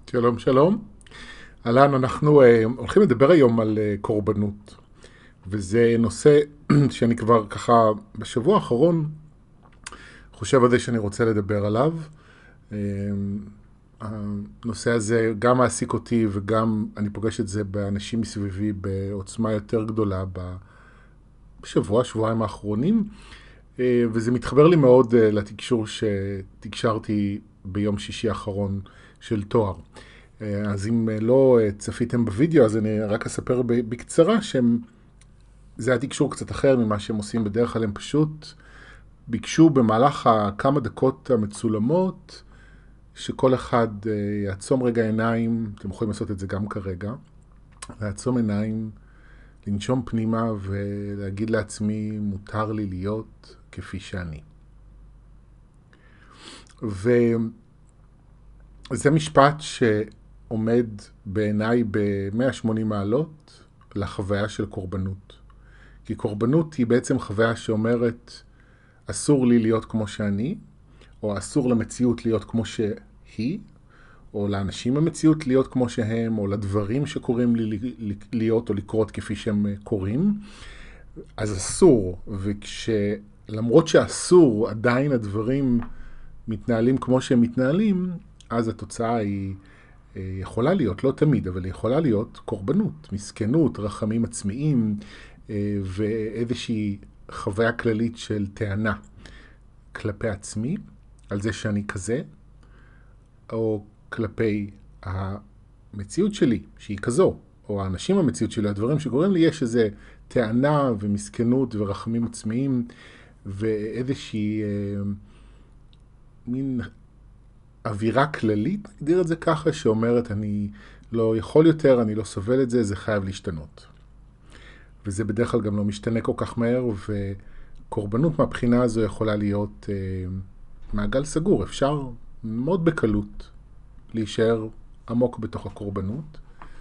שלום, שלום. אהלן, אנחנו הולכים לדבר היום על קורבנות, וזה נושא שאני כבר ככה בשבוע האחרון חושב על זה שאני רוצה לדבר עליו. אה, הנושא הזה גם מעסיק אותי וגם אני פוגש את זה באנשים מסביבי בעוצמה יותר גדולה בשבוע, שבועיים האחרונים, וזה מתחבר לי מאוד לתקשור שתקשרתי ביום שישי האחרון של תואר. אז אם לא צפיתם בווידאו, אז אני רק אספר בקצרה שזה היה תקשור קצת אחר ממה שהם עושים בדרך כלל. הם פשוט ביקשו במהלך הכמה דקות המצולמות שכל אחד יעצום רגע עיניים, אתם יכולים לעשות את זה גם כרגע, לעצום עיניים, לנשום פנימה ולהגיד לעצמי, מותר לי להיות כפי שאני. וזה משפט שעומד בעיניי ב-180 מעלות לחוויה של קורבנות. כי קורבנות היא בעצם חוויה שאומרת, אסור לי להיות כמו שאני, או אסור למציאות להיות כמו שהיא, או לאנשים המציאות להיות כמו שהם, או לדברים שקוראים לי להיות או לקרות כפי שהם קוראים. אז אסור, למרות שאסור, עדיין הדברים מתנהלים כמו שהם מתנהלים, אז התוצאה היא יכולה להיות, לא תמיד, אבל היא יכולה להיות קורבנות, מסכנות, רחמים עצמיים, ואיזושהי חוויה כללית של טענה כלפי עצמי, על זה שאני כזה, או כלפי המציאות שלי, שהיא כזו, או האנשים המציאות שלי, הדברים שקוראים לי, יש איזו טענה ומסכנות ורחמים עצמיים, ואיזושהי מין אווירה כללית, נגדיר את זה ככה, שאומרת אני לא יכול יותר, אני לא סובל את זה, זה חייב להשתנות. וזה בדרך כלל גם לא משתנה כל כך מהר, וקורבנות מהבחינה הזו יכולה להיות מעגל סגור. אפשר מאוד בקלות להישאר עמוק בתוך הקורבנות.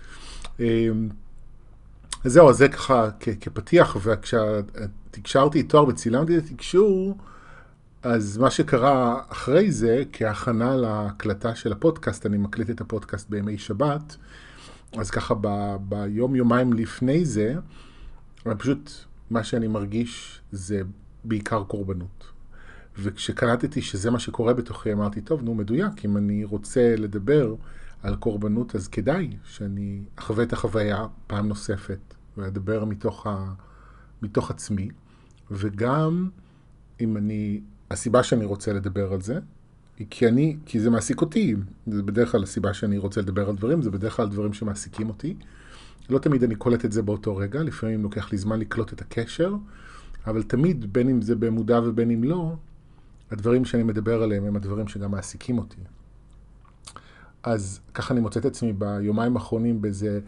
אז זהו, אז זה ככה כפתיח, וכשתקשרתי תואר וצילמתי את התקשור, אז מה שקרה אחרי זה, כהכנה להקלטה של הפודקאסט, אני מקליט את הפודקאסט בימי שבת, אז ככה ביום יומיים לפני זה, פשוט מה שאני מרגיש זה בעיקר קורבנות. וכשקלטתי שזה מה שקורה בתוכי, אמרתי, טוב, נו, מדויק, אם אני רוצה לדבר על קורבנות, אז כדאי שאני אחווה את החוויה פעם נוספת, ואדבר מתוך עצמי, וגם אם הסיבה שאני רוצה לדבר על זה, היא כי זה מעסיק אותי. זה בדרך כלל הסיבה שאני רוצה לדבר על דברים, זה בדרך כלל דברים שמעסיקים אותי. לא תמיד אני קולט את זה באותו רגע, לפעמים לוקח לי זמן לקלוט את הקשר, אבל תמיד, בין אם זה במודע ובין אם לא, הדברים שאני מדבר עליהם הם הדברים שגם מעסיקים אותי. אז ככה אני מוצא את עצמי ביומיים האחרונים באיזה,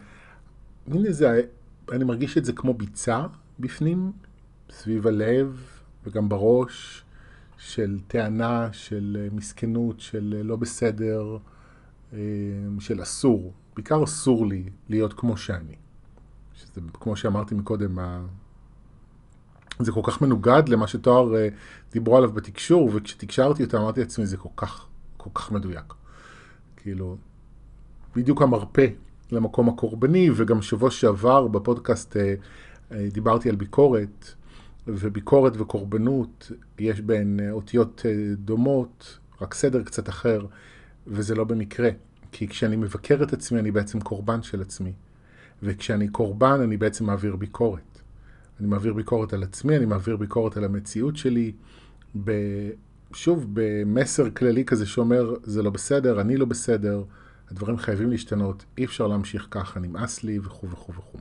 אני מרגיש את זה כמו ביצה בפנים, סביב הלב וגם בראש, של טענה, של מסכנות, של לא בסדר, של אסור. בעיקר אסור לי להיות כמו שאני. שזה, כמו שאמרתי מקודם, זה כל כך מנוגד למה שתואר דיברו עליו בתקשור, וכשתקשרתי אותה אמרתי לעצמי, זה כל כך מדויק. כאילו, בדיוק המרפא למקום הקורבני, וגם שבוע שעבר בפודקאסט דיברתי על ביקורת, וביקורת וקורבנות יש בהן אותיות דומות, רק סדר קצת אחר, וזה לא במקרה. כי כשאני מבקר את עצמי, אני בעצם קורבן של עצמי. וכשאני קורבן, אני בעצם מעביר ביקורת. אני מעביר ביקורת על עצמי, אני מעביר ביקורת על המציאות שלי, שוב, במסר כללי כזה שאומר, זה לא בסדר, אני לא בסדר, הדברים חייבים להשתנות, אי אפשר להמשיך ככה, נמאס לי וכו' וכו' וכו'.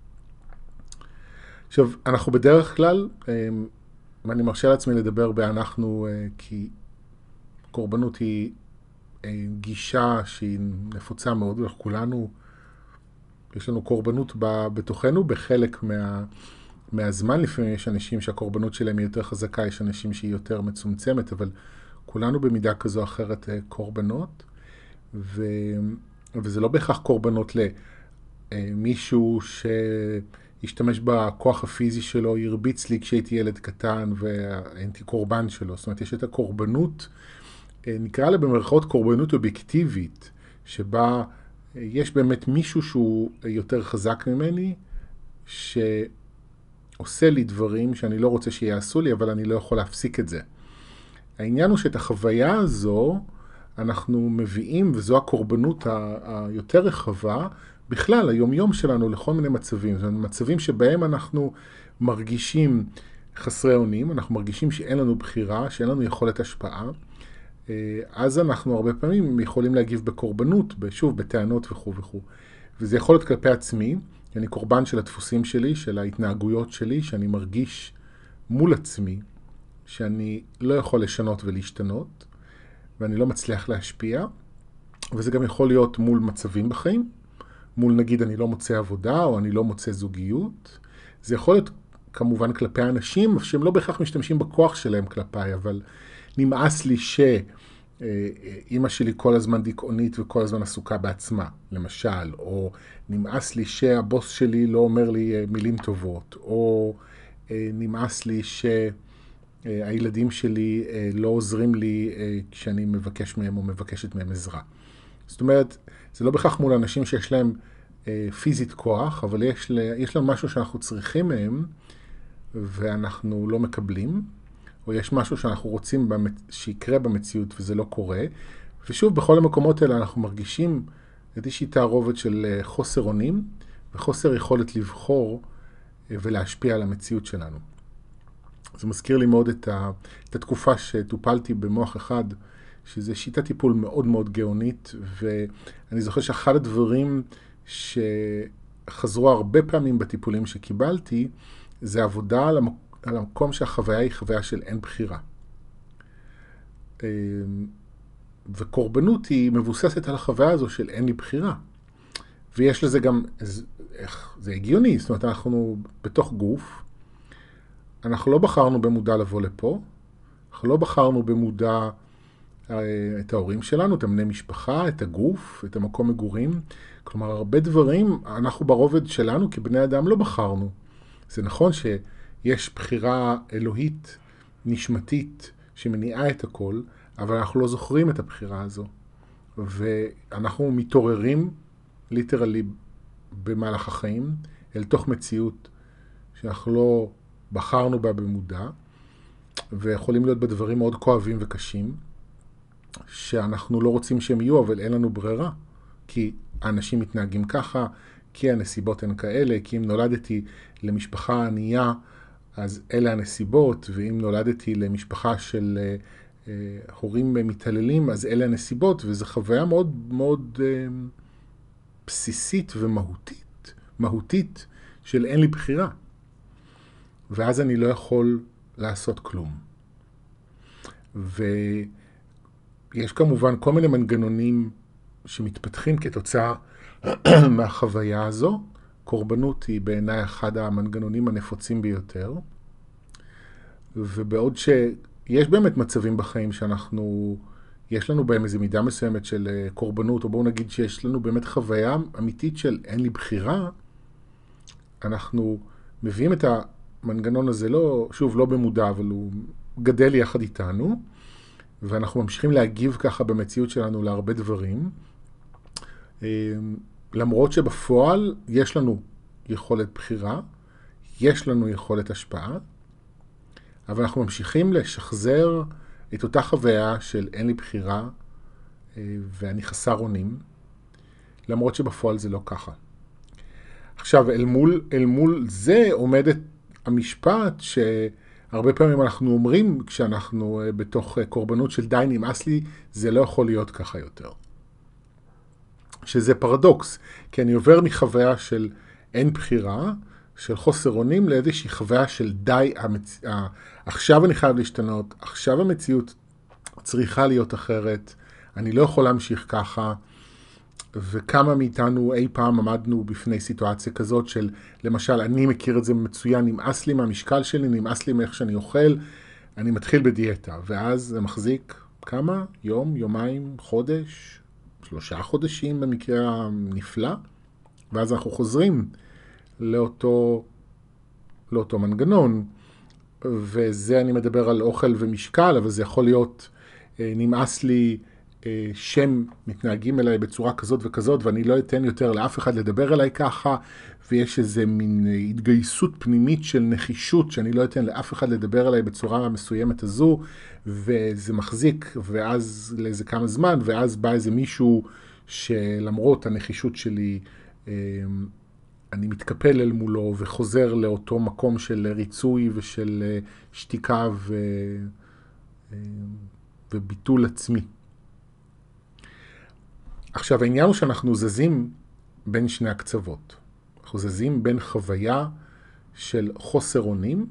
עכשיו, אנחנו בדרך כלל, ואני מרשה לעצמי לדבר באנחנו, כי קורבנות היא גישה שהיא נפוצה מאוד, וכולנו, יש לנו קורבנות בתוכנו, בחלק מהזמן. לפעמים יש אנשים שהקורבנות שלהם היא יותר חזקה, יש אנשים שהיא יותר מצומצמת, אבל כולנו במידה כזו או אחרת קורבנות, וזה לא בהכרח קורבנות למישהו ישתמש בכוח הפיזי שלו, ירביץ לי כשהייתי ילד קטן והייתי קורבן שלו. זאת אומרת, יש את הקורבנות, נקרא לה במרכאות קורבנות אובייקטיבית, שבה יש באמת מישהו שהוא יותר חזק ממני, שעושה לי דברים שאני לא רוצה שיעשו לי, אבל אני לא יכול להפסיק את זה. העניין הוא שאת החוויה הזו אנחנו מביאים, וזו הקורבנות היותר רחבה, בכלל, היומיום שלנו לכל מיני מצבים. זאת אומרת, מצבים שבהם אנחנו מרגישים חסרי אונים, אנחנו מרגישים שאין לנו בחירה, שאין לנו יכולת השפעה, אז אנחנו הרבה פעמים יכולים להגיב בקורבנות, שוב, בטענות וכו' וכו'. וזה יכול להיות כלפי עצמי, אני קורבן של הדפוסים שלי, של ההתנהגויות שלי, שאני מרגיש מול עצמי, שאני לא יכול לשנות ולהשתנות, ואני לא מצליח להשפיע, וזה גם יכול להיות מול מצבים בחיים, מול נגיד אני לא מוצא עבודה, או אני לא מוצא זוגיות. זה יכול להיות כמובן כלפי האנשים, שהם לא בהכרח משתמשים בכוח שלהם כלפיי, אבל נמאס לי שאמא שלי כל הזמן דיכאונית וכל הזמן עסוקה בעצמה, למשל, או נמאס לי שהבוס שלי לא אומר לי מילים טובות, או נמאס לי שהילדים שלי לא עוזרים לי כשאני מבקש מהם או מבקשת מהם עזרה. זאת אומרת, זה לא בכך מול אנשים שיש להם פיזית כוח, אבל יש להם משהו שאנחנו צריכים מהם, ואנחנו לא מקבלים, או יש משהו שאנחנו רוצים שיקרה במציאות וזה לא קורה. ושוב, בכל המקומות האלה אנחנו מרגישים איזושהי תערובת של חוסר אונים, וחוסר יכולת לבחור ולהשפיע על המציאות שלנו. זה מזכיר לי מאוד את התקופה שטופלתי במוח אחד, שזה שיטת טיפול מאוד מאוד גאונית, ואני זוכר שאחד הדברים שחזרו הרבה פעמים בטיפולים שקיבלתי, זה עבודה על המקום שהחוויה היא חוויה של אין בחירה. וקורבנות היא מבוססת על החוויה הזו של אין לי בחירה. ויש לזה גם, זה הגיוני, זאת אומרת, אנחנו בתוך גוף, אנחנו לא בחרנו במודע לבוא לפה, אנחנו לא בחרנו במודע את ההורים שלנו, את הבני משפחה, את הגוף, את המקום מגורים. כלומר, הרבה דברים אנחנו ברובד שלנו כבני אדם לא בחרנו. זה נכון שיש בחירה אלוהית, נשמתית, שמניעה את הכל, אבל אנחנו לא זוכרים את הבחירה הזו. ואנחנו מתעוררים ליטרלי במהלך החיים, אל תוך מציאות שאנחנו לא בחרנו בה במודע, ויכולים להיות בדברים מאוד כואבים וקשים, שאנחנו לא רוצים שהם יהיו, אבל אין לנו ברירה. כי האנשים מתנהגים ככה, כי הנסיבות הן כאלה, כי אם נולדתי למשפחה ענייה, אז אלה הנסיבות, ואם נולדתי למשפחה של הורים מתעללים, אז אלה הנסיבות, וזו חוויה מאוד מאוד בסיסית ומהותית, מהותית של אין לי בחירה. ואז אני לא יכול לעשות כלום. ויש כמובן כל מיני מנגנונים שמתפתחים כתוצאה מהחוויה הזו. קורבנות היא בעיניי אחד המנגנונים הנפוצים ביותר. ובעוד שיש באמת מצבים בחיים שאנחנו, יש לנו בהם איזו מידה מסוימת של קורבנות, או בואו נגיד שיש לנו באמת חוויה אמיתית של אין לי בחירה, אנחנו מביאים את המנגנון הזה, לא, שוב, לא במודע, אבל הוא גדל יחד איתנו, ואנחנו ממשיכים להגיב ככה במציאות שלנו להרבה דברים, למרות שבפועל יש לנו יכולת בחירה, יש לנו יכולת השפעה, אבל אנחנו ממשיכים לשחזר את אותה חוויה של אין לי בחירה, ואני חסר אונים, למרות שבפועל זה לא ככה. עכשיו, אל מול זה עומדת המשפט שהרבה פעמים אנחנו אומרים כשאנחנו בתוך קורבנות של די נמאס לי, זה לא יכול להיות ככה יותר. שזה פרדוקס, כי אני עובר מחוויה של אין בחירה, של חוסר אונים, לאיזושהי חוויה של די, עכשיו אני חייב להשתנות, עכשיו המציאות צריכה להיות אחרת, אני לא יכול להמשיך ככה, וכמה מאיתנו אי פעם עמדנו בפני סיטואציה כזאת של, למשל, אני מכיר את זה מצוין, נמאס לי מהמשקל שלי, נמאס לי מאיך שאני אוכל, אני מתחיל בדיאטה, ואז זה מחזיק כמה? יום, יומיים, חודש, 3 חודשים במקרה הנפלא, ואז אנחנו חוזרים לאותו מנגנון, וזה אני מדבר על אוכל ומשקל, אבל זה יכול להיות, נמאס לי שם מתנהגים אליי בצורה כזאת וכזאת, ואני לא אתן יותר לאף אחד לדבר אליי ככה, ויש איזה מין התגייסות פנימית של נחישות, שאני לא אתן לאף אחד לדבר אליי בצורה מסוימת הזו, וזה מחזיק, ואז לאיזה כמה זמן, ואז בא איזה מישהו שלמרות הנחישות שלי, אני מתקפל אל מולו וחוזר לאותו מקום של ריצוי ושל שתיקה וביטול עצמי. עכשיו, העניין הוא שאנחנו זזים בין שני הקצוות. אנחנו זזים בין חוויה של חוסר אונים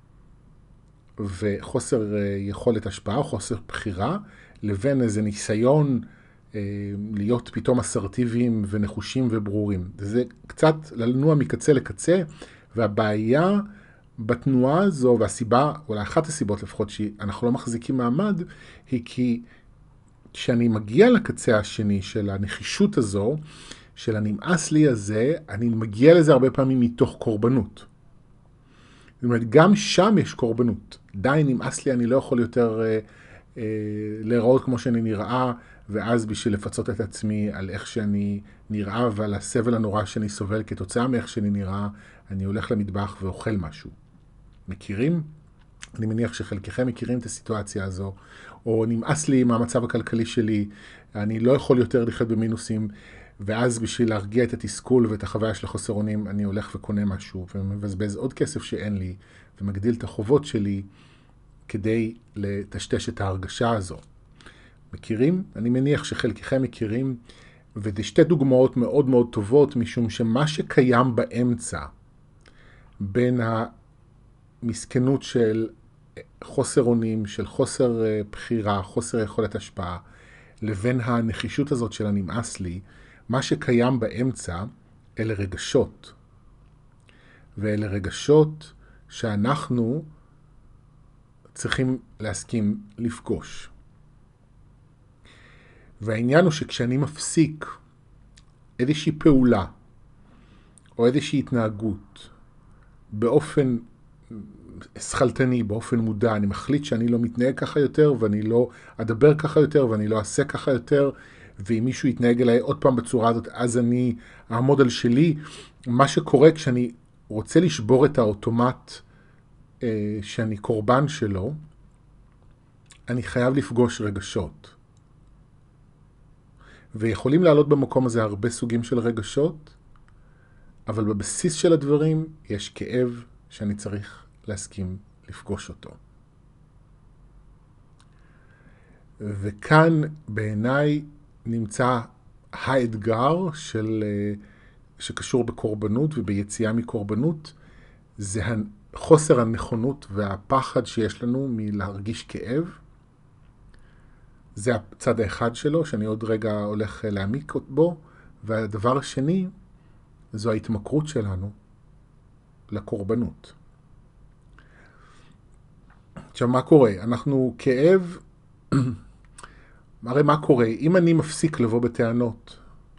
וחוסר יכולת השפעה, חוסר בחירה, לבין איזה ניסיון להיות פתאום אסרטיביים ונחושים וברורים. זה קצת לנוע מקצה לקצה, והבעיה בתנועה הזו, והסיבה, אולי אחת הסיבות לפחות שאנחנו לא מחזיקים מעמד, היא כי כשאני מגיע לקצה השני של הנחישות הזו, של הנמאס לי הזה, אני מגיע לזה הרבה פעמים מתוך קורבנות. זאת אומרת, גם שם יש קורבנות. די נמאס לי, אני לא יכול יותר להיראות כמו שאני נראה, ואז בשביל לפצות את עצמי על איך שאני נראה ועל הסבל הנורא שאני סובל כתוצאה מאיך שאני נראה, אני הולך למטבח ואוכל משהו. מכירים? אני מניח שחלקכם מכירים את הסיטואציה הזו, או נמאס לי מהמצב הכלכלי שלי, אני לא יכול יותר לחיות במינוסים, ואז בשביל להרגיע את התסכול ואת החוויה של החוסר אונים, אני הולך וקונה משהו, ומבזבז עוד כסף שאין לי, ומגדיל את החובות שלי, כדי לטשטש את ההרגשה הזו. מכירים? אני מניח שחלקכם מכירים, וזה שתי דוגמאות מאוד מאוד טובות, משום שמה שקיים באמצע, בין המסכנות של חוסר אונים, של חוסר בחירה, חוסר יכולת השפעה, לבין הנחישות הזאת של הנמאס לי, מה שקיים באמצע אלה רגשות. ואלה רגשות שאנחנו צריכים להסכים לפגוש. והעניין הוא שכשאני מפסיק איזושהי פעולה או איזושהי התנהגות באופן שכלתני, באופן מודע, אני מחליט שאני לא מתנהג ככה יותר, ואני לא אדבר ככה יותר, ואני לא אעשה ככה יותר, ואם מישהו יתנהג אליי עוד פעם בצורה הזאת, אז אני אעמוד על שלי. מה שקורה כשאני רוצה לשבור את האוטומט שאני קורבן שלו, אני חייב לפגוש רגשות. ויכולים לעלות במקום הזה הרבה סוגים של רגשות, אבל בבסיס של הדברים יש כאב שאני צריך להסכים לפגוש אותו. וכאן בעיניי נמצא האתגר שקשור בקורבנות וביציאה מקורבנות, זה חוסר הנכונות והפחד שיש לנו מלהרגיש כאב. זה הצד האחד שלו, שאני עוד רגע הולך להעמיק בו, והדבר השני, זו ההתמכרות שלנו לקורבנות. עכשיו, מה קורה? אנחנו כאב, הרי מה קורה? אם אני מפסיק לבוא בטענות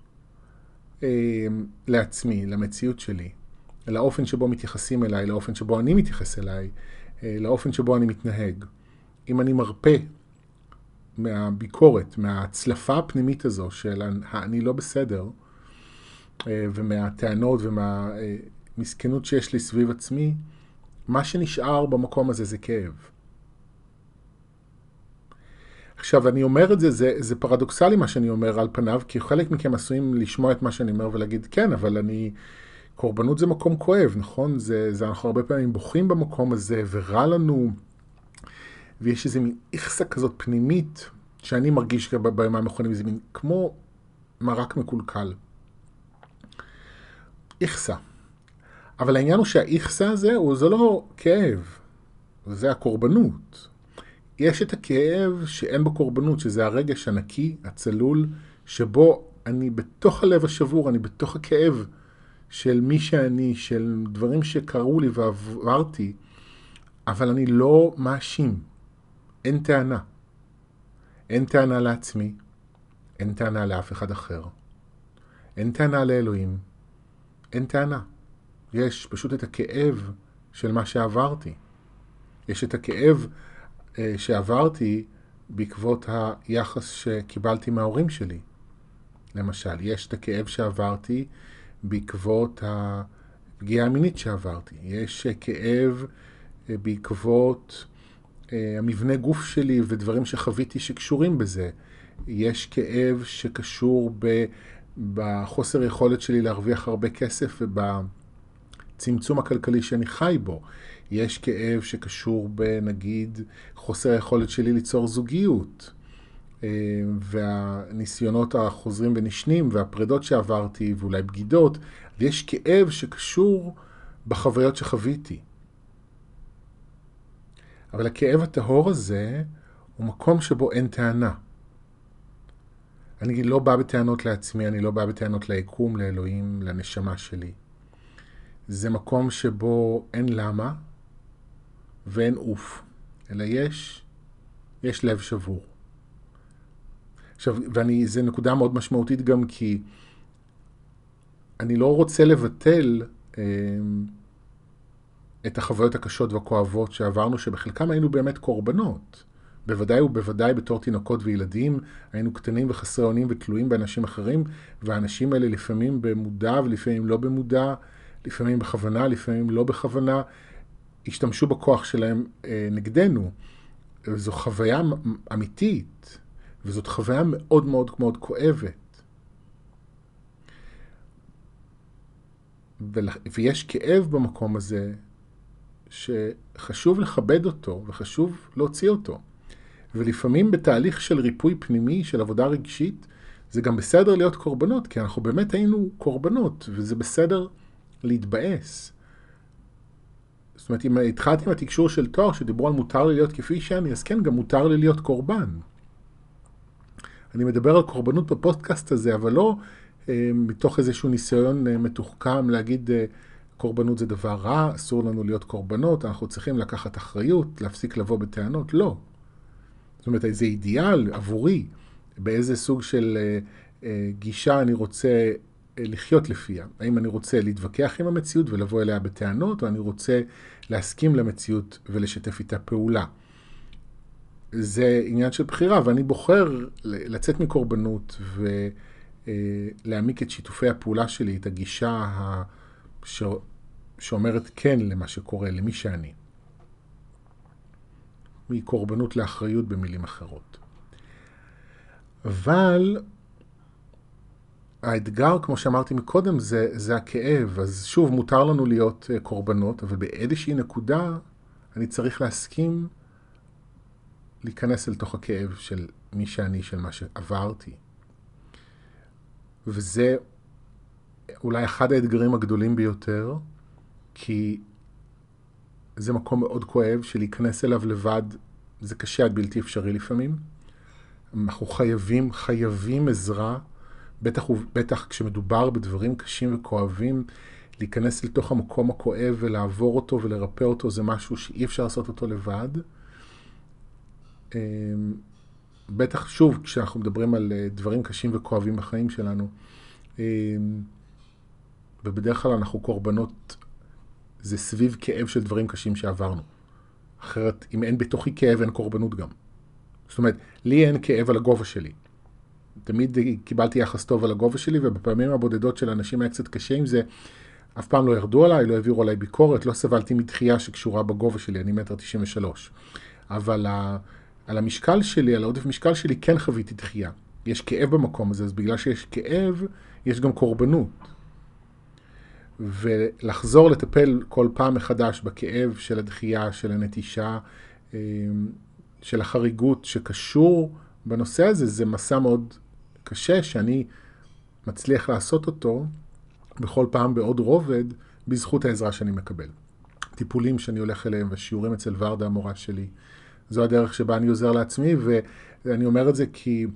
לעצמי, למציאות שלי, לאופן שבו מתייחסים אליי, לאופן שבו אני מתייחס אליי, לאופן שבו אני מתנהג, אם אני מרפא מהביקורת, מההצלפה הפנימית הזו של אני לא בסדר, ומהטענות ומהמסכנות שיש לי סביב עצמי, מה שנשאר במקום הזה זה כאב. עכשיו, אני אומר את זה, זה פרדוקסלי מה שאני אומר על פניו, כי חלק מכם עשויים לשמוע את מה שאני אומר ולהגיד, כן, אבל קורבנות זה מקום כואב, נכון? אנחנו הרבה פעמים בוכים במקום הזה, ורע לנו, ויש איזו מין איכסה כזאת פנימית, שאני מרגיש בימים האחרונים, זה מין כמו מרק מקולקל. איכסה. אבל העניין הוא שהאיכסה הזה, זה לא כאב, זה הקורבנות. יש את הכאב שאין בו קורבנות, שזה הרגש הנקי, הצלול, שבו אני בתוך הלב השבור, אני בתוך הכאב של מי שאני, של דברים שקרו לי ועברתי, אבל אני לא מאשים. אין טענה. אין טענה לעצמי, אין טענה לאף אחד אחר. אין טענה לאלוהים. אין טענה. יש פשוט את הכאב של מה שעברתי. יש את הכאב שעברתי בעקבות היחס שקיבלתי מההורים שלי. למשל, יש את הכאב שעברתי בעקבות הפגיעה המינית שעברתי. יש כאב בעקבות המבנה גוף שלי ודברים שחוויתי שקשורים בזה. יש כאב שקשור בחוסר יכולת שלי להרוויח הרבה כסף ובצמצום הכלכלי שאני חי בו. יש כאב שקשור בנגיד חוסר היכולת שלי ליצור זוגיות. והניסיונות החוזרים ונשנים והפרדות שעברתי ואולי בגידות. יש כאב שקשור בחוויות שחוויתי. אבל הכאב הטהור הזה הוא מקום שבו אין טענה. אני לא בא בטענות לעצמי, אני לא בא בטענות ליקום, לאלוהים, לנשמה שלי. זה מקום שבו אין למה ואין אוף, אלא יש לב שבור. עכשיו, זו נקודה מאוד משמעותית גם כי אני לא רוצה לבטל את החוויות הקשות והכואבות שעברנו, שבחלקם היינו באמת קורבנות. בוודאי ובוודאי בתור תינוקות וילדים, היינו קטנים וחסרי אונים ותלויים באנשים אחרים, והאנשים האלה לפעמים במודע ולפעמים לא במודע, לפעמים בכוונה, לפעמים לא בכוונה, השתמשו בכוח שלהם נגדנו. וזו חוויה אמיתית, וזאת חוויה מאוד מאוד מאוד כואבת. ויש כאב במקום הזה, שחשוב לכבד אותו וחשוב להוציא אותו. ולפעמים בתהליך של ריפוי פנימי, של עבודה רגשית, זה גם בסדר להיות קורבנות, כי אנחנו באמת היינו קורבנות, וזה בסדר להתבאס. זאת אומרת, אם התחלתי עם התקשור של תואר, שדיברו על מותר לי להיות כפי שאני, אז כן, גם מותר לי להיות קורבן. אני מדבר על קורבנות בפודקאסט הזה, אבל לא מתוך איזשהו ניסיון מתוחכם להגיד קורבנות זה דבר רע, אסור לנו להיות קורבנות, אנחנו צריכים לקחת אחריות, להפסיק לבוא בטענות, לא. זאת אומרת, זה אידיאל עבורי, באיזה סוג של גישה אני רוצה לחיות לפיה. האם אני רוצה להתווכח עם המציאות ולבוא אליה בטענות, או אני רוצה להסכים למציאות ולשתף איתה פעולה. זה עניין של בחירה, ואני בוחר לצאת מקורבנות ולהעמיק את שיתופי הפעולה שלי, את הגישה שאומרת כן למה שקורה, למי שאני. מקורבנות לאחריות במילים אחרות. אבל האתגר, כמו שאמרתי מקודם, זה הכאב. אז שוב, מותר לנו להיות קורבנות, אבל באיזושהי נקודה אני צריך להסכים להיכנס אל תוך הכאב של מי שאני, של מה שעברתי. וזה אולי אחד האתגרים הגדולים ביותר, כי זה מקום מאוד כואב שלהיכנס אליו לבד, זה קשה עד בלתי אפשרי לפעמים. אנחנו חייבים עזרה, בטח כשמדובר בדברים קשים וכואבים, להיכנס אל תוך המקום הכואב ולעבור אותו ולרפא אותו, זה משהו שאי אפשר לעשות אותו לבד. בטח שוב, כשאנחנו מדברים על דברים קשים וכואבים בחיים שלנו, ובדרך כלל אנחנו קורבנות, זה סביב כאב של דברים קשים שעברנו. אחרת, אם אין בתוכי כאב, אין קורבנות גם. זאת אומרת, לי אין כאב על הגובה שלי. תמיד קיבלתי יחס טוב על הגובה שלי, ובפעמים הבודדות של אנשים היה קצת קשה עם זה, אף פעם לא ירדו עליי, לא העבירו עליי ביקורת, לא סבלתי מדחייה שקשורה בגובה שלי, אני 1.93 מטר. אבל על המשקל שלי, על העודף משקל שלי, כן חוויתי דחייה. יש כאב במקום הזה, אז בגלל שיש כאב, יש גם קורבנות. ולחזור לטפל כל פעם מחדש בכאב של הדחייה, של הנטישה, של החריגות שקשור בנושא הזה, זה מסע מאוד קשה שאני מצליח לעשות אותו בכל פעם בעוד רובד בזכות העזרה שאני מקבל. טיפולים שאני הולך אליהם ושיעורים אצל ורדה המורה שלי, זו הדרך שבה אני עוזר לעצמי, ואני אומר את זה כי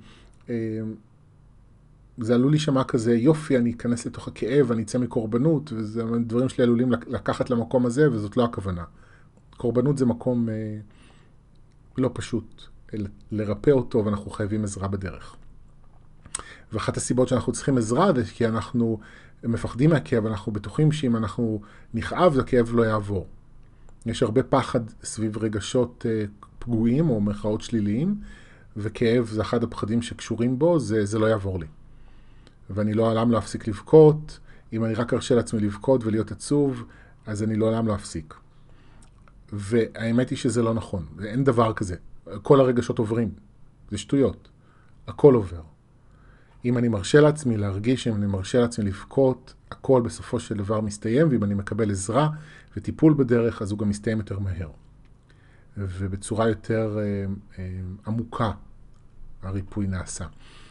זה עלול להישמע כזה, יופי, אני אכנס לתוך הכאב, אני אצא מקורבנות, וזה דברים שלי עלולים לקחת למקום הזה, וזאת לא הכוונה. קורבנות זה מקום לא פשוט, לרפא אותו, ואנחנו חייבים עזרה בדרך. ואחת הסיבות שאנחנו צריכים עזרה, זה כי אנחנו מפחדים מהכאב, אנחנו בטוחים שאם אנחנו נכאב, הכאב לא יעבור. יש הרבה פחד סביב רגשות פגועים או מחאות שליליים, וכאב זה אחד הפחדים שקשורים בו, זה לא יעבור לי. ואני לעולם לא אפסיק לבכות. אם אני רק ארשה לעצמי לבכות ולהיות עצוב, אז אני לעולם לא אפסיק. והאמת היא שזה לא נכון. אין דבר כזה. כל הרגשות עוברים. זה שטויות. הכל עובר. אם אני מרשה לעצמי להרגיש, אם אני מרשה לעצמי לבכות, הכל בסופו של דבר מסתיים, ואם אני מקבל עזרה וטיפול בדרך, אז הוא גם מסתיים יותר מהר. ובצורה יותר עמוקה הריפוי נעשה.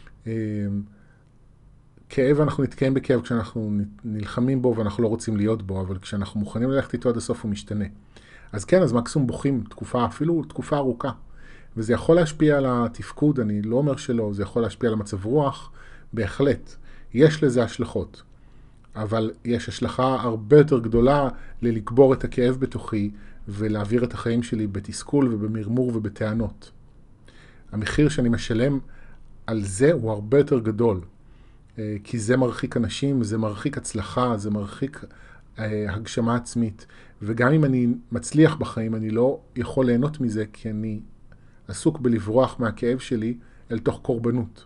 כאב, אנחנו נתקיים בכאב כשאנחנו נלחמים בו ואנחנו לא רוצים להיות בו, אבל כשאנחנו מוכנים ללכת איתו עד הסוף הוא משתנה. אז כן, אז מקסימום בוכים תקופה, אפילו תקופה ארוכה. וזה יכול להשפיע על התפקוד, אני לא אומר שלא, זה יכול להשפיע על המצב רוח, בהחלט. יש לזה השלכות. אבל יש השלכה הרבה יותר גדולה ללקבור את הכאב בתוכי, ולהעביר את החיים שלי בתסכול ובמרמור ובטענות. המחיר שאני משלם על זה הוא הרבה יותר גדול. כי זה מרחיק אנשים, זה מרחיק הצלחה, זה מרחיק הגשמה עצמית. וגם אם אני מצליח בחיים, אני לא יכול ליהנות מזה, כי אני עסוק בלברוח מהכאב שלי אל תוך קורבנות.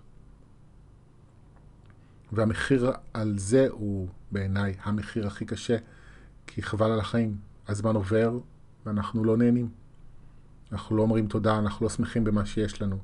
והמחיר על זה הוא בעיניי המחיר הכי קשה, כי חבל על החיים. הזמן עובר ואנחנו לא נהנים. אנחנו לא אומרים תודה, אנחנו לא שמחים במה שיש לנו.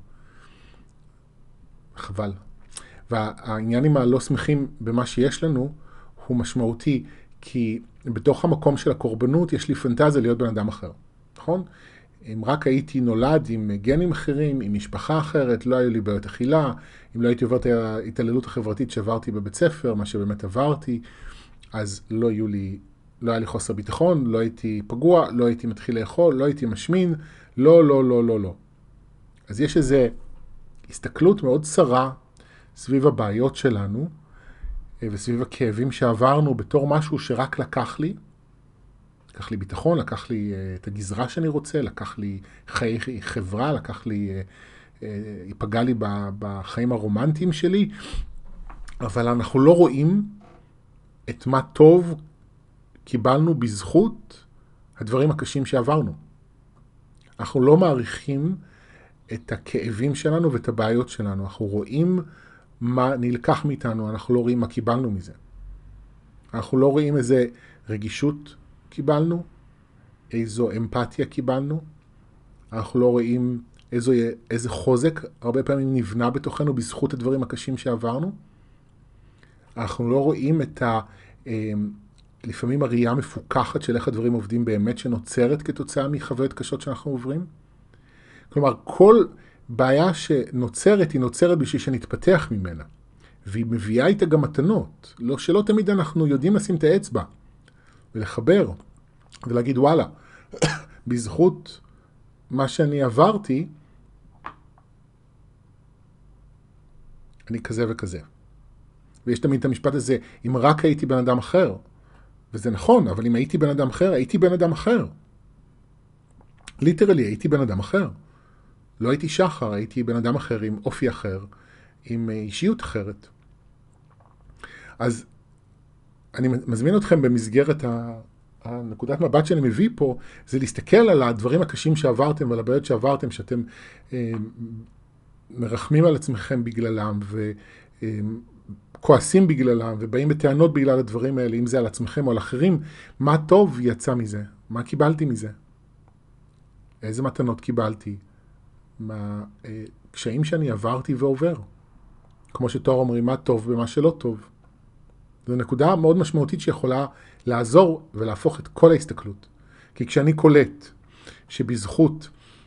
חבל. והעניין עם הלא שמחים במה שיש לנו הוא משמעותי, כי בתוך המקום של הקורבנות יש לי פנטזיה להיות בן אדם אחר. נכון? אם רק הייתי נולד עם גנים אחרים, עם משפחה אחרת, לא היו לי בעיות אכילה, אם לא הייתי עובר את ההתעללות החברתית שעברתי בבית ספר, מה שבאמת עברתי, אז לא היה לי חוסר ביטחון, לא הייתי פגוע, לא הייתי מתחיל לאכול, לא הייתי משמין, לא, לא, לא, לא, לא. אז יש איזו הסתכלות מאוד צרה סביב הבעיות שלנו, וסביב הכאבים שעברנו בתור משהו שרק לקח לי ביטחון, לקח לי את הגזרה שאני רוצה, לקח לי חיי חברה, פגע לי בחיים הרומנטיים שלי, אבל אנחנו לא רואים את מה טוב קיבלנו בזכות הדברים הקשים שעברנו. אנחנו לא מעריכים את הכאבים שלנו ואת הבעיות שלנו. אנחנו רואים מה נלקח מאיתנו, אנחנו לא רואים מה קיבלנו מזה. אנחנו לא רואים איזה רגישות קיבלנו, איזו אמפתיה קיבלנו. אנחנו לא רואים איזה חוזק הרבה פעמים נבנה בתוכנו בזכות הדברים הקשים שעברנו. אנחנו לא רואים את לפעמים הראייה מפוקחת של איך הדברים עובדים באמת, שנוצרת כתוצאה מחוויות קשות שאנחנו עוברים. כלומר, כל בעיה שנוצרת היא נוצרת בשביל שנתפתח ממנה. והיא מביאה איתה גם מתנות. שלא תמיד אנחנו יודעים לשים את האצבע ולחבר ולהגיד וואלה, בזכות מה שאני עברתי, אני כזה וכזה. ויש תמיד את המשפט הזה, אם רק הייתי בן אדם אחר, וזה נכון, אבל אם הייתי בן אדם אחר, הייתי בן אדם אחר. ליטרלי, הייתי בן אדם אחר. לא הייתי שחר, הייתי בן אדם אחר עם אופי אחר, עם אישיות אחרת. אז אני מזמין אתכם במסגרת הנקודת מבט שאני מביא פה, זה להסתכל על הדברים הקשים שעברתם ועל הבעיות שעברתם, שאתם מרחמים על עצמכם בגללם וכועסים בגללם ובאים בטענות בגלל הדברים האלה, אם זה על עצמכם או על אחרים, מה טוב יצא מזה? מה קיבלתי מזה? איזה מתנות קיבלתי? מה קשיים שאני עברתי ועובר? כמו שתואר אומרים, מה טוב במה שלא טוב. זו נקודה מאוד משמעותית שיכולה לעזור ולהפוך את כל ההסתכלות. כי כשאני קולט שבזכות,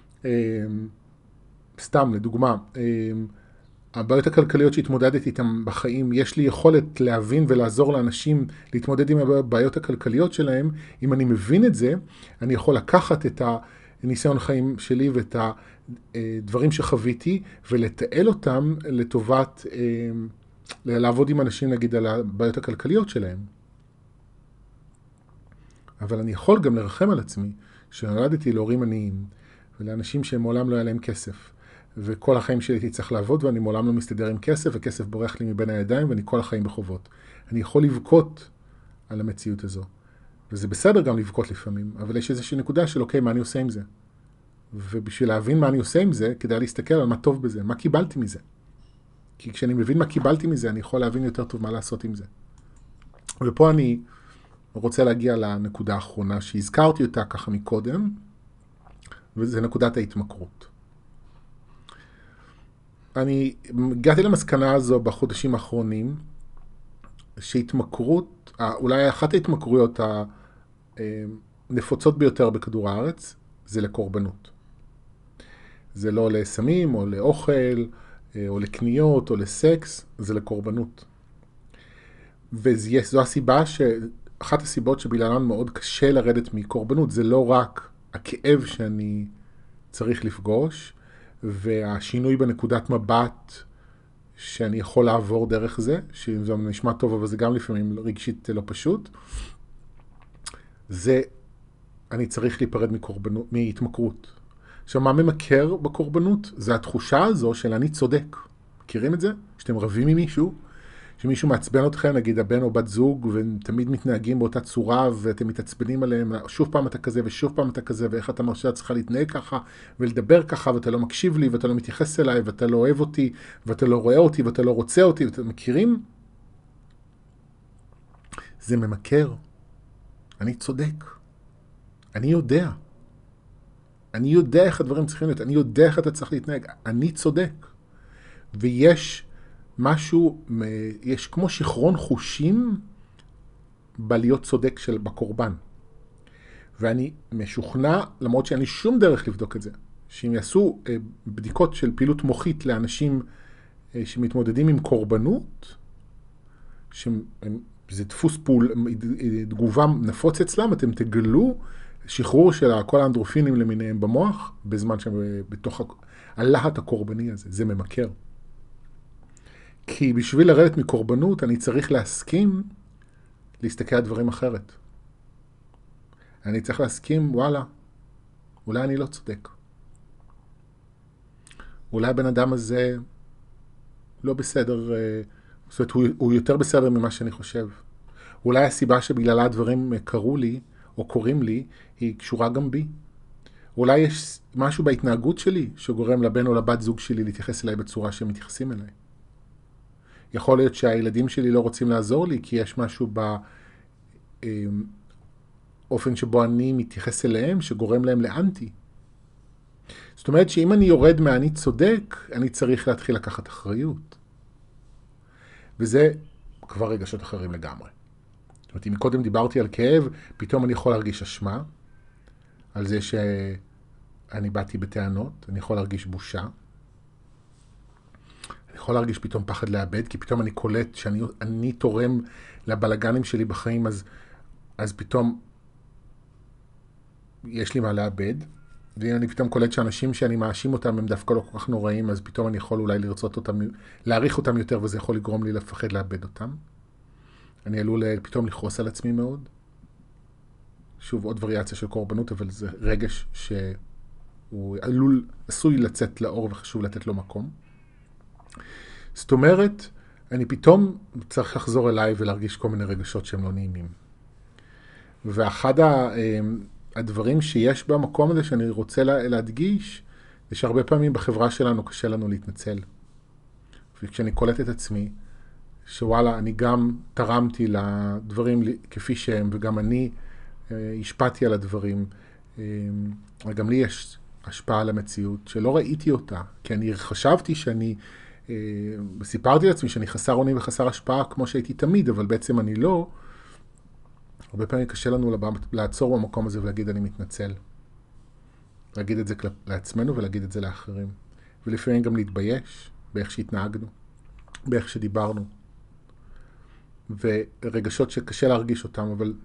סתם לדוגמה, הבעיות הכלכליות שהתמודדתי איתן בחיים, יש לי יכולת להבין ולעזור לאנשים להתמודד עם הבעיות הכלכליות שלהם. אם אני מבין את זה, אני יכול לקחת את הניסיון חיים שלי ואת הדברים שחוויתי ולתעל אותם לטובת לעבוד עם אנשים, נגיד, על הבעיות הכלכליות שלהם. אבל אני יכול גם לרחם על עצמי, שנולדתי להורים עניים, ולאנשים שמעולם לא היה להם כסף. וכל החיים שלי הייתי צריך לעבוד, ואני מעולם לא מסתדר עם כסף, וכסף בורח לי מבין הידיים, ואני כל החיים בחובות. אני יכול לבכות על המציאות הזו. וזה בסדר גם לבכות לפעמים, אבל יש איזושהי נקודה של, אוקיי, מה אני עושה עם זה? ובשביל להבין מה אני עושה עם זה, כדאי להסתכל על מה טוב בזה, מה קיבלתי מזה. כי כשאני מבין מה קיבלתי מזה, אני יכול להבין יותר טוב מה לעשות עם זה. ופה אני רוצה להגיע לנקודה האחרונה שהזכרתי אותה ככה מקודם, וזה נקודת ההתמכרות. אני הגעתי למסקנה הזו בחודשים האחרונים, שהתמכרות, אולי אחת ההתמכרויות הנפוצות ביותר בכדור הארץ, זה לקורבנות. זה לא לסמים או לאוכל, או לקניות או לסקס, זה לקורבנות. וזו הסיבה אחת הסיבות שבגללן מאוד קשה לרדת מקורבנות, זה לא רק הכאב שאני צריך לפגוש, והשינוי בנקודת מבט שאני יכול לעבור דרך זה, שזה נשמע טוב, אבל זה גם לפעמים רגשית לא פשוט, זה אני צריך להיפרד מהתמכרות. עכשיו, מה ממכר בקורבנות? זה התחושה הזו של אני צודק. מכירים את זה? שאתם רבים עם מישהו, שמישהו מעצבן אתכם, נגיד הבן או בת זוג, והם תמיד מתנהגים באותה צורה, ואתם מתעצבנים עליהם, שוב פעם אתה כזה ושוב פעם אתה כזה, ואיך אתה מרשה צריכה להתנהג ככה, ולדבר ככה, ואתה לא מקשיב לי, ואתה לא מתייחס אליי, ואתה לא אוהב אותי, ואתה לא רואה אותי, ואתה לא רוצה אותי, ואתם מכירים? זה ממכר. אני צודק. אני יודע. אני יודע איך הדברים צריכים להיות, אני יודע איך אתה צריך להתנהג, אני צודק. ויש משהו, יש כמו שכרון חושים בלהיות צודק בקורבן. ואני משוכנע, למרות שאין לי שום דרך לבדוק את זה, שאם יעשו בדיקות של פעילות מוחית לאנשים שמתמודדים עם קורבנות, שזה דפוס תגובה נפוץ אצלם, אתם תגלו שחרור של כל האנדרופינים למיניהם במוח, בזמן שהם בתוך הלהט הקורבני הזה. זה ממכר. כי בשביל לרדת מקורבנות, אני צריך להסכים להסתכל על דברים אחרת. אני צריך להסכים, וואלה, אולי אני לא צודק. אולי הבן אדם הזה לא בסדר, זאת אומרת, הוא יותר בסדר ממה שאני חושב. אולי הסיבה שבגללה הדברים קרו לי, או קוראים לי, היא קשורה גם בי. אולי יש משהו בהתנהגות שלי שגורם לבן או לבת זוג שלי להתייחס אליי בצורה שהם מתייחסים אליי. יכול להיות שהילדים שלי לא רוצים לעזור לי, כי יש משהו באופן שבו אני מתייחס אליהם, שגורם להם לאנטי. זאת אומרת שאם אני יורד מהאני צודק, אני צריך להתחיל לקחת אחריות. וזה כבר רגשות אחרים לגמרי. זאת אומרת, אם קודם דיברתי על כאב, פתאום אני יכול להרגיש אשמה, על זה שאני באתי בטענות, אני יכול להרגיש בושה, אני יכול להרגיש פתאום פחד לאבד, כי פתאום אני קולט שאני תורם לבלגנים שלי בחיים, אז פתאום יש לי מה לאבד, ואם אני פתאום קולט שאנשים שאני מאשים אותם הם דווקא לא כל כך נוראים, אז פתאום אני יכול אולי לרצות אותם, להעריך אותם יותר, וזה יכול לגרום לי לפחד לאבד אותם. אני עלול פתאום לכעוס על עצמי מאוד. שוב, עוד וריאציה של קורבנות, אבל זה רגש שהוא עשוי לצאת לאור וחשוב לתת לו מקום. זאת אומרת, אני פתאום צריך לחזור אליי ולהרגיש כל מיני רגשות שהם לא נעימים. ואחד הדברים שיש במקום הזה שאני רוצה להדגיש, זה שהרבה פעמים בחברה שלנו קשה לנו להתנצל. וכשאני קולט את עצמי, שוואלה, אני גם תרמתי לדברים כפי שהם, וגם אני השפעתי על הדברים. וגם לי יש השפעה על המציאות, שלא ראיתי אותה, כי אני חשבתי שאני, סיפרתי לעצמי שאני חסר אונים וחסר השפעה כמו שהייתי תמיד, אבל בעצם אני לא. הרבה פעמים קשה לנו לעצור במקום הזה ולהגיד אני מתנצל. להגיד את זה לעצמנו ולהגיד את זה לאחרים. ולפעמים גם להתבייש באיך שהתנהגנו, באיך שדיברנו. ורגשות שקשה להרגיש אותם, אבל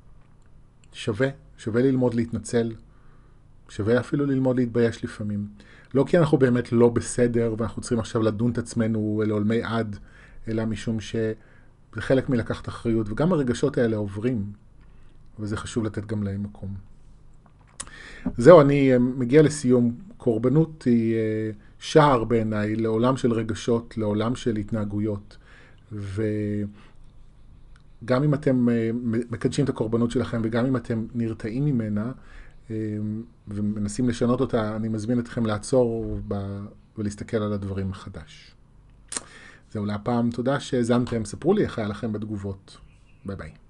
שווה ללמוד להתנצל, שווה אפילו ללמוד להתבייש לפעמים. לא כי אנחנו באמת לא בסדר, ואנחנו צריכים עכשיו לדון את עצמנו לעולמי עד, אלא משום שזה חלק מלקחת אחריות, וגם הרגשות האלה עוברים, וזה חשוב לתת גם להם מקום. זהו, אני מגיע לסיום. קורבנות היא שער בעיניי לעולם של רגשות, לעולם של התנהגויות, וגם אם אתם מקדשים את הקורבנות שלכם, וגם אם אתם נרתעים ממנה, ומנסים לשנות אותה, אני מזמין אתכם לעצור ולהסתכל על הדברים מחדש. זהו להפעם, תודה שהאזנתם, ספרו לי איך היה לכם בתגובות. ביי ביי.